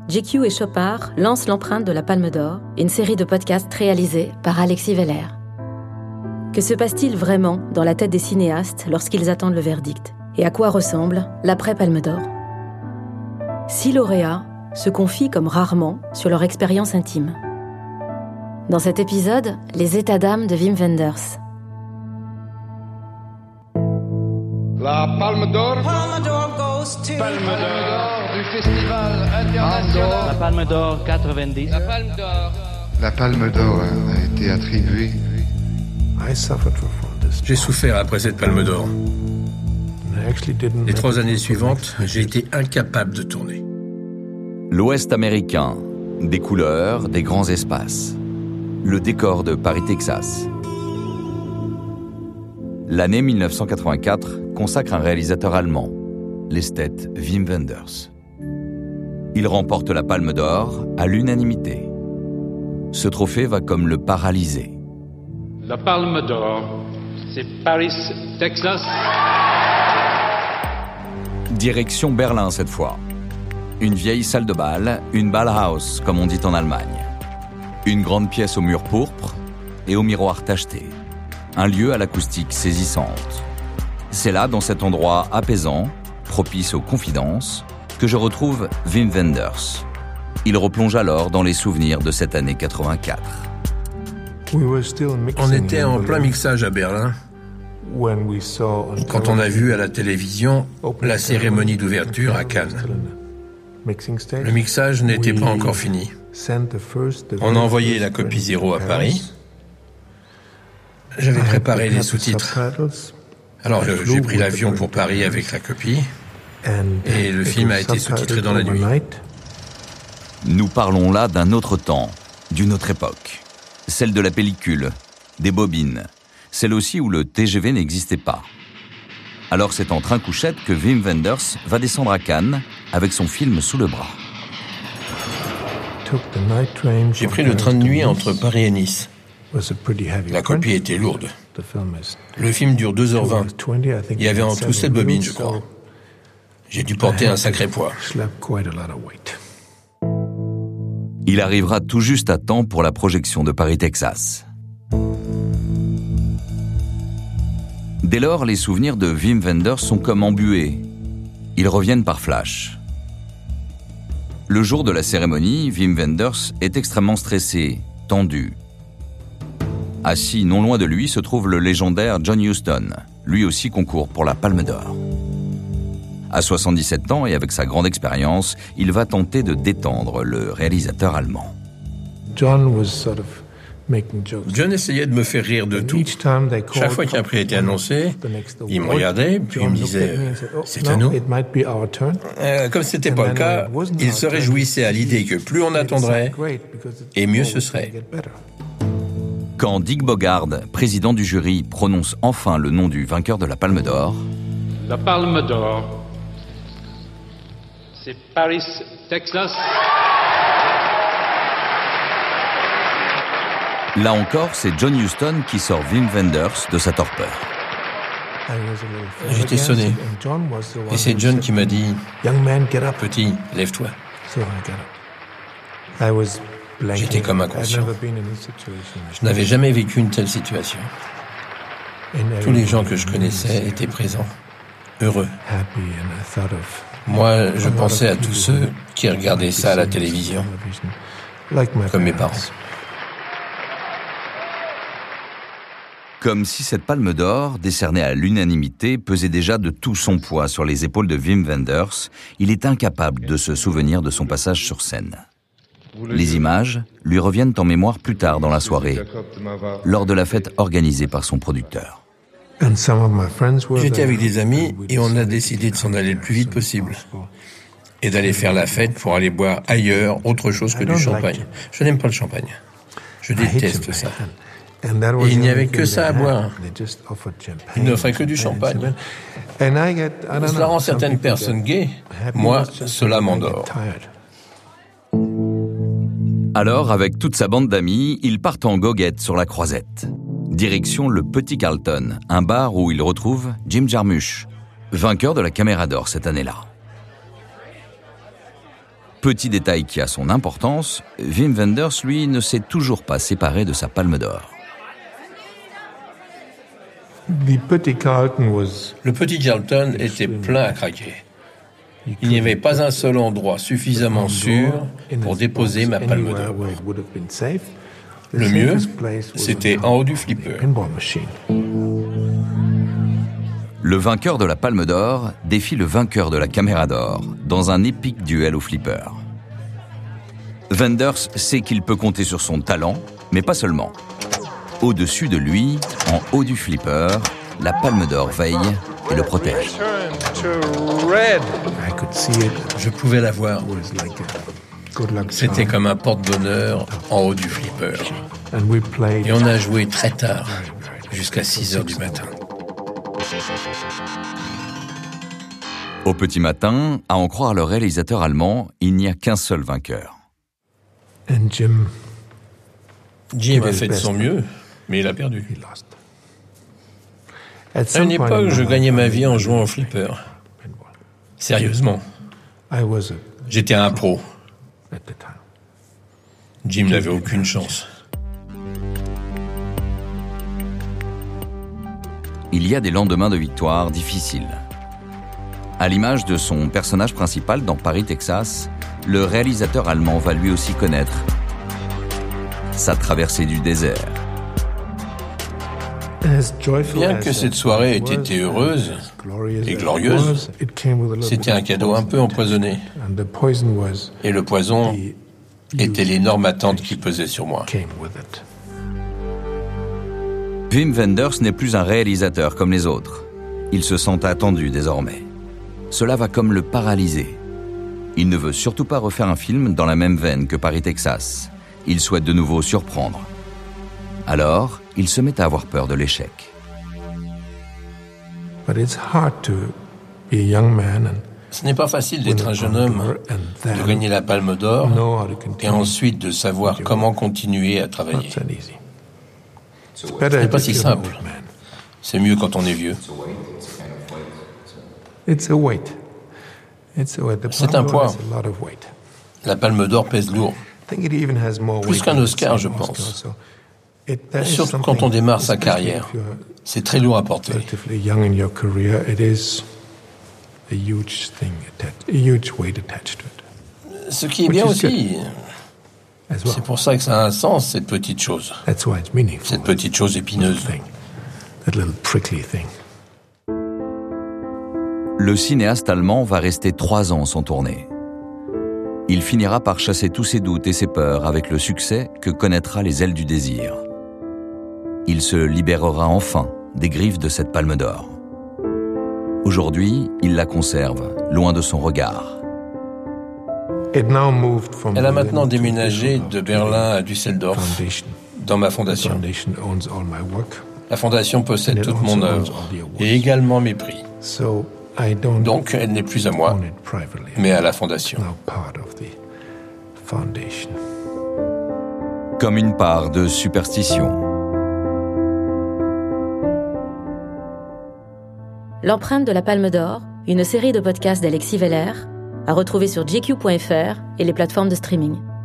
GQ et Chopard lancent l'empreinte de la Palme d'Or, une série de podcasts réalisés par Alexis Veller. Que se passe-t-il vraiment dans la tête des cinéastes lorsqu'ils attendent le verdict ? Et à quoi ressemble l'après-Palme d'Or ? 6 lauréats se confient comme rarement sur leur expérience intime. Dans cet épisode, les états d'âme de Wim Wenders. La Palme d'Or. Palme d'Or goes to Palme d'Or du Festival international. La Palme d'Or 90. La Palme d'Or. La Palme d'Or a été attribuée. J'ai souffert après cette Palme d'Or. Les 3 années suivantes, j'ai été incapable de tourner. L'Ouest américain, des couleurs, des grands espaces. Le décor de Paris, Texas. L'année 1984 consacre un réalisateur allemand, l'esthète Wim Wenders. Il remporte la Palme d'Or à l'unanimité. Ce trophée va comme le paralyser. La Palme d'Or, c'est Paris, Texas. Direction Berlin cette fois. Une vieille salle de bal, une Ballhaus comme on dit en Allemagne. Une grande pièce aux murs pourpres et aux miroirs tachetés. Un lieu à l'acoustique saisissante. C'est là, dans cet endroit apaisant, propice aux confidences, que je retrouve Wim Wenders. Il replonge alors dans les souvenirs de cette année 84. On était en plein mixage à Berlin quand on a vu à la télévision la cérémonie d'ouverture à Cannes. Le mixage n'était pas encore fini. On a envoyé la copie 0 à Paris. J'avais préparé les sous-titres. Alors j'ai pris l'avion pour Paris avec la copie et le film a été sous-titré dans la nuit. Nous parlons là d'un autre temps, d'une autre époque. Celle de la pellicule, des bobines. Celle aussi où le TGV n'existait pas. Alors c'est en train-couchette que Wim Wenders va descendre à Cannes avec son film sous le bras. J'ai pris le train de nuit entre Paris et Nice. La copie était lourde. Le film dure 2h20. Il y avait en tout 7 bobines, je crois. J'ai dû porter un sacré poids. Il arrivera tout juste à temps pour la projection de Paris, Texas. Dès lors, les souvenirs de Wim Wenders sont comme embués. Ils reviennent par flash. Le jour de la cérémonie, Wim Wenders est extrêmement stressé, tendu. Assis non loin de lui se trouve le légendaire John Huston. Lui aussi concourt pour la Palme d'Or. À 77 ans et avec sa grande expérience, il va tenter de détendre le réalisateur allemand. John essayait de me faire rire de tout. Chaque fois qu'un prix était annoncé, il me regardait, puis il me disait « C'est à nous ». Comme ce n'était pas le cas, il se réjouissait à l'idée que plus on attendrait, et mieux ce serait. Quand Dick Bogard, président du jury, prononce enfin le nom du vainqueur de la Palme d'Or... La Palme d'Or, c'est Paris, Texas. Là encore, c'est John Huston qui sort Wim Wenders de sa torpeur. J'étais sonné. Et c'est John qui m'a dit « Petit, lève-toi ». J'étais comme inconscient. Je n'avais jamais vécu une telle situation. Tous les gens que je connaissais étaient présents, heureux. Moi, je pensais à tous ceux qui regardaient ça à la télévision, comme mes parents. Comme si cette Palme d'Or, décernée à l'unanimité, pesait déjà de tout son poids sur les épaules de Wim Wenders, il est incapable de se souvenir de son passage sur scène. Les images lui reviennent en mémoire plus tard dans la soirée, lors de la fête organisée par son producteur. J'étais avec des amis et on a décidé de s'en aller le plus vite possible et d'aller faire la fête pour aller boire ailleurs autre chose que du champagne. Je n'aime pas le champagne. Je déteste ça. Et il n'y avait que ça à boire. Ils n'offraient que du champagne. Cela rend certaines personnes gays. Moi, cela m'endort. Alors, avec toute sa bande d'amis, ils partent en goguette sur la Croisette. Direction le Petit Carlton, un bar où ils retrouvent Jim Jarmusch, vainqueur de la Caméra d'Or cette année-là. Petit détail qui a son importance, Wim Wenders, lui, ne s'est toujours pas séparé de sa Palme d'Or. Le petit Carlton était plein à craquer. Il n'y avait pas un seul endroit suffisamment sûr pour déposer ma Palme d'Or. Le mieux, c'était en haut du flipper. Le vainqueur de la Palme d'Or défie le vainqueur de la Caméra d'Or dans un épique duel au flipper. Wenders sait qu'il peut compter sur son talent, mais pas seulement. Au-dessus de lui, en haut du flipper, la Palme d'Or veille et le protège. Je pouvais la voir. C'était comme un porte-bonheur en haut du flipper. Et on a joué très tard, jusqu'à 6 heures du matin. Au petit matin, à en croire le réalisateur allemand, il n'y a qu'un seul vainqueur. Jim a fait de son mieux, mais il a perdu. À une époque, je gagnais ma vie en jouant au flipper. Sérieusement. J'étais un pro. Jim n'avait aucune chance. Il y a des lendemains de victoire difficiles. À l'image de son personnage principal dans Paris, Texas, le réalisateur allemand va lui aussi connaître sa traversée du désert. Bien que cette soirée ait été heureuse et glorieuse, c'était un cadeau un peu empoisonné. Et le poison était l'énorme attente qui pesait sur moi. Wim Wenders n'est plus un réalisateur comme les autres. Il se sent attendu désormais. Cela va comme le paralyser. Il ne veut surtout pas refaire un film dans la même veine que Paris, Texas. Il souhaite de nouveau surprendre. Alors, il se met à avoir peur de l'échec. Ce n'est pas facile d'être un jeune homme, de gagner la Palme d'Or et ensuite de savoir comment continuer à travailler. Ce n'est pas si simple. C'est mieux quand on est vieux. C'est un poids. La Palme d'Or pèse lourd. Plus qu'un Oscar, je pense. Surtout quand on démarre sa carrière. C'est très lourd à porter. Ce qui est bien aussi, c'est pour ça que ça a un sens, cette petite chose. Cette petite chose épineuse. Le cinéaste allemand va rester 3 ans sans tourner. Il finira par chasser tous ses doutes et ses peurs avec le succès que connaîtra Les Ailes du désir. Il se libérera enfin des griffes de cette Palme d'Or. Aujourd'hui, il la conserve, loin de son regard. Elle a maintenant déménagé de Berlin à Düsseldorf, dans ma fondation. La fondation possède toute mon œuvre, et également mes prix. Donc, elle n'est plus à moi, mais à la fondation. Comme une part de superstition. L'empreinte de la Palme d'Or, une série de podcasts d'Alexis Veller, à retrouver sur GQ.fr et les plateformes de streaming.